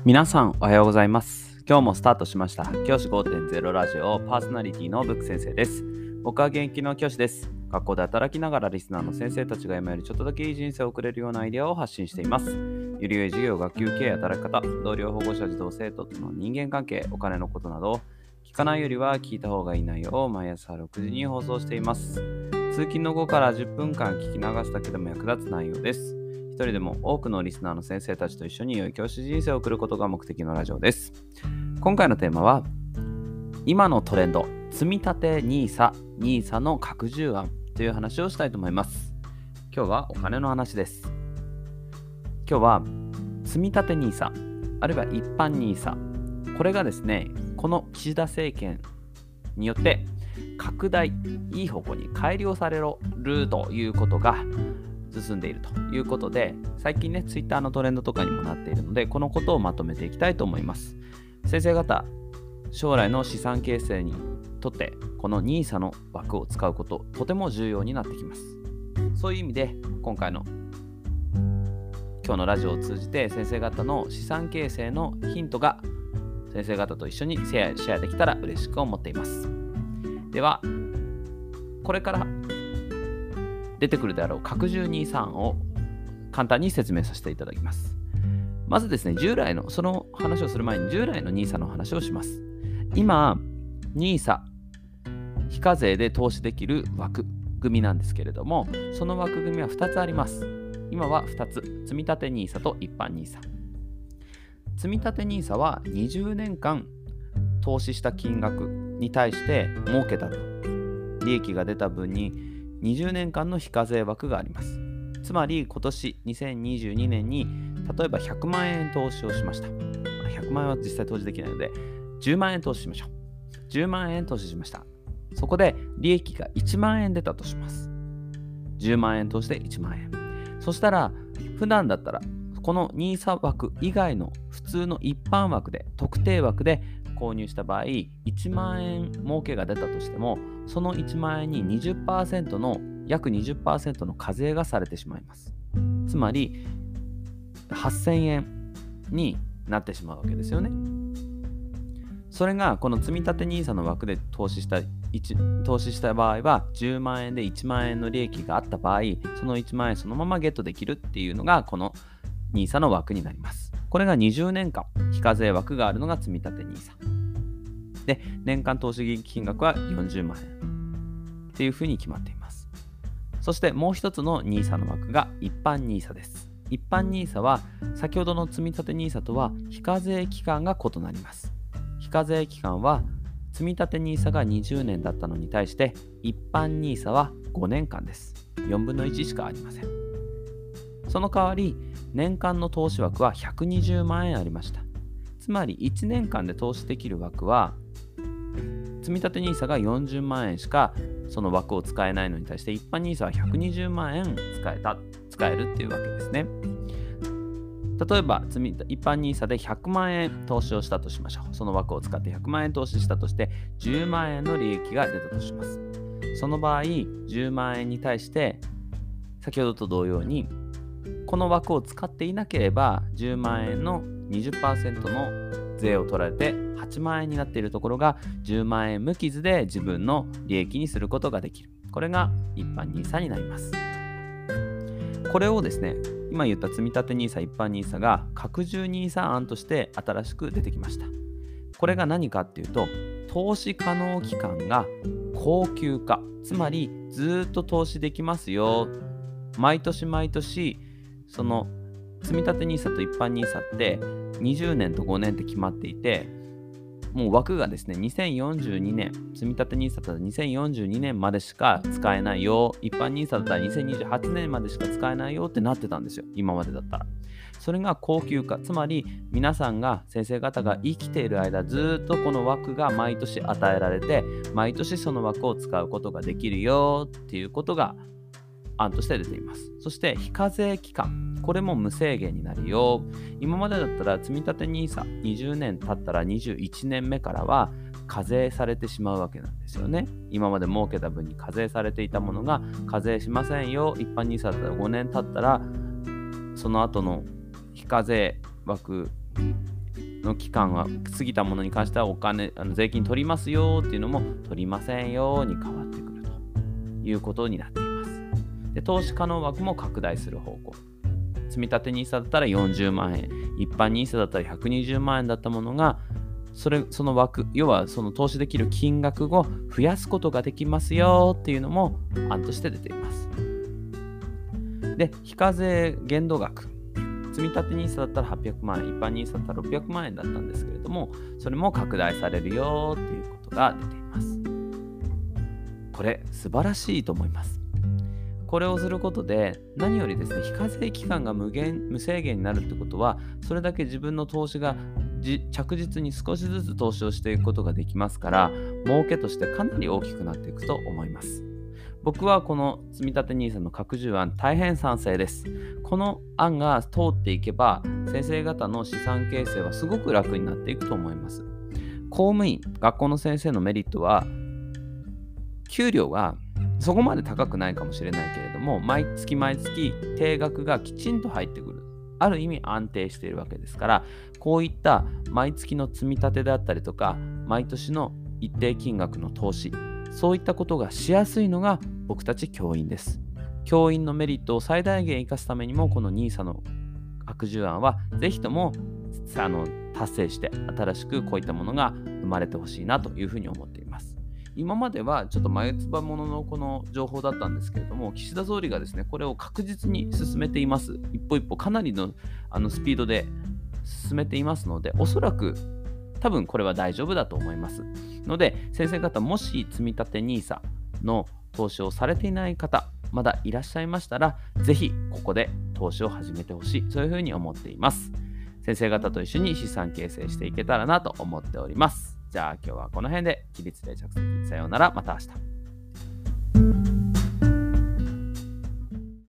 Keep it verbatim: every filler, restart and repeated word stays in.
皆さんおはようございます。今日もスタートしました教師 ごてんゼロ ラジオパーソナリティのブック先生です。僕は現役の教師です。学校で働きながらリスナーの先生たちが今よりちょっとだけいい人生を送れるようなアイデアを発信しています。より良い授業、学級経営、働き方、同僚、保護者、児童生徒との人間関係、お金のことなど聞かないよりは聞いた方がいい内容を毎朝ろくじに放送しています。通勤の後からじゅっぷんかん聞き流すだけでも役立つ内容です。一人でも多くのリスナーの先生たちと一緒に良い教師人生を送ることが目的のラジオです。今回のテーマは今のトレンド、積み立て ニーサ、ニーサ の拡充案という話をしたいと思います。今日はお金の話です。今日は積み立て ニーサ、あるいは一般 ニーサ、これがですね、この岸田政権によって拡大、いい方向に改良されるということが進んでいるということで、最近ね、ツイッターのトレンドとかにもなっているので、このことをまとめていきたいと思います。先生方、将来の資産形成にとってこの ニーサ の枠を使うこと、とても重要になってきます。そういう意味で今回の今日のラジオを通じて先生方の資産形成のヒントが先生方と一緒にシェア、シェアできたら嬉しく思っています。ではこれから出てくるであろう拡充 ニーサ 案を簡単に説明させていただきます。まずですね、従来のその話をする前に従来の ニーサ の話をします。今 ニーサ 非課税で投資できる枠組みなんですけれども、その枠組みはふたつあります。今はふたつ、積み立て ニーサ と一般 ニーサ。積み立て ニーサ はにじゅうねんかん投資した金額に対して儲けたと、利益が出た分ににじゅうねんかんの非課税枠があります。つまり今年にせんにじゅうにねんに例えばひゃくまんえん投資をしました。ひゃくまんえんは実際投資できないのでじゅうまんえん投資しましょう。じゅうまんえん投資しました。そこで利益がいちまんえん出たとします。じゅうまんえん投資でいちまんえん。そしたら普段だったらこの ニーサ 枠以外の普通の一般枠で、特定枠で購入した場合いちまんえん儲けが出たとしても、そのいちまんえんに にじゅっパーセント の約 にじゅっパーセント の課税がされてしまいます。つまりはっせんえんになってしまうわけですよね。それがこの積み立て ニーサ の枠で投資した投資した場合はじゅうまんえんでいちまんえんの利益があった場合、そのいちまんえんそのままゲットできるっていうのがこの ニーサ の枠になります。これがにじゅうねんかん非課税枠があるのが積み立て ニーサ で、年間投資金額はよんじゅうまんえんっていうふうに決まっています。そしてもう一つの ニーサ の枠が一般 ニーサ です。一般 ニーサ は先ほどの積み立て ニーサ とは非課税期間が異なります。非課税期間は積み立て ニーサ がにじゅうねんだったのに対して一般 ニーサ はごねんかんです。よんぶんのいちしかありません。その代わり年間の投資枠はひゃくにじゅうまんえんありました。つまりいちねんかんで投資できる枠は積み立て ニーサ がよんじゅうまんえんしかその枠を使えないのに対して一般 ニーサ はひゃくにじゅうまんえん使えた使えるっていうわけですね。例えば積み一般 ニーサ でひゃくまんえん投資をしたとしましょう。その枠を使ってひゃくまんえん投資したとしてじゅうまんえんの利益が出たとします。その場合じゅうまんえんに対して先ほどと同様にこの枠を使っていなければじゅうまんえんの にじゅっパーセント の税を取られてはちまんえんになっているところがじゅうまんえん無傷で自分の利益にすることができる。これが一般 ニーサ になります。これをですね、今言った積み立て ニーサ、一般 ニーサ が拡充 ニーサ 案として新しく出てきました。これが何かっていうと、投資可能期間が恒久化、つまりずっと投資できますよ。毎年毎年その積み立て ニーサ と一般 ニーサ ってにじゅうねんとごねんって決まっていて、もう枠がですねにせんよんじゅうにねん、積み立て ニーサ だったらにせんよんじゅうにねんまでしか使えないよ、一般 ニーサ だったらにせんにじゅうはちねんまでしか使えないよってなってたんですよ、今までだったら。それが恒久化、つまり皆さんが先生方が生きている間ずっとこの枠が毎年与えられて、毎年その枠を使うことができるよっていうことが案として出ています。そして非課税期間、これも無制限になるよ。今までだったら積み立て ニーサ にじゅうねん経ったらにじゅういちねんめからは課税されてしまうわけなんですよね。今まで儲けた分に課税されていたものが課税しませんよ。一般 ニーサ だったらごねん経ったらその後の非課税枠の期間が過ぎたものに関してはお金あの税金取りますよっていうのも取りませんよに変わってくるということになっています。で、投資可能枠も拡大する方向。積立 ニーサ だったらよんじゅうまんえん、一般 ニーサ だったらひゃくにじゅうまんえんだったものが、それその枠、要はその投資できる金額を増やすことができますよっていうのも案として出ています。で、非課税限度額。積立 ニーサ だったらはっぴゃくまんえん、一般 ニーサ だったらろっぴゃくまんえんだったんですけれども、それも拡大されるよっていうことが出ています。これ素晴らしいと思います。これをすることで何よりですね、非課税期間が無限無制限になるってことは、それだけ自分の投資が着実に少しずつ投資をしていくことができますから、儲けとしてかなり大きくなっていくと思います。僕はこの積立 ニーサ の拡充案大変賛成です。この案が通っていけば先生方の資産形成はすごく楽になっていくと思います。公務員、学校の先生のメリットは給料がそこまで高くないかもしれないけれども、毎月毎月定額がきちんと入ってくる。ある意味安定しているわけですから、こういった毎月の積み立てであったりとか、毎年の一定金額の投資、そういったことがしやすいのが僕たち教員です。教員のメリットを最大限生かすためにも、この ニーサ の拡充案はぜひともあの達成して、新しくこういったものが生まれてほしいなというふうに思っています。今まではちょっと前つばもののこの情報だったんですけれども、岸田総理がですね、これを確実に進めています。一歩一歩かなりの、あのスピードで進めていますので、おそらく多分これは大丈夫だと思いますので、先生方もし積立 ニーサ の投資をされていない方まだいらっしゃいましたら、ぜひここで投資を始めてほしい、そういうふうに思っています。先生方と一緒に資産形成していけたらなと思っております。じゃあ今日はこの辺で。起立で着席。さようなら。また明日。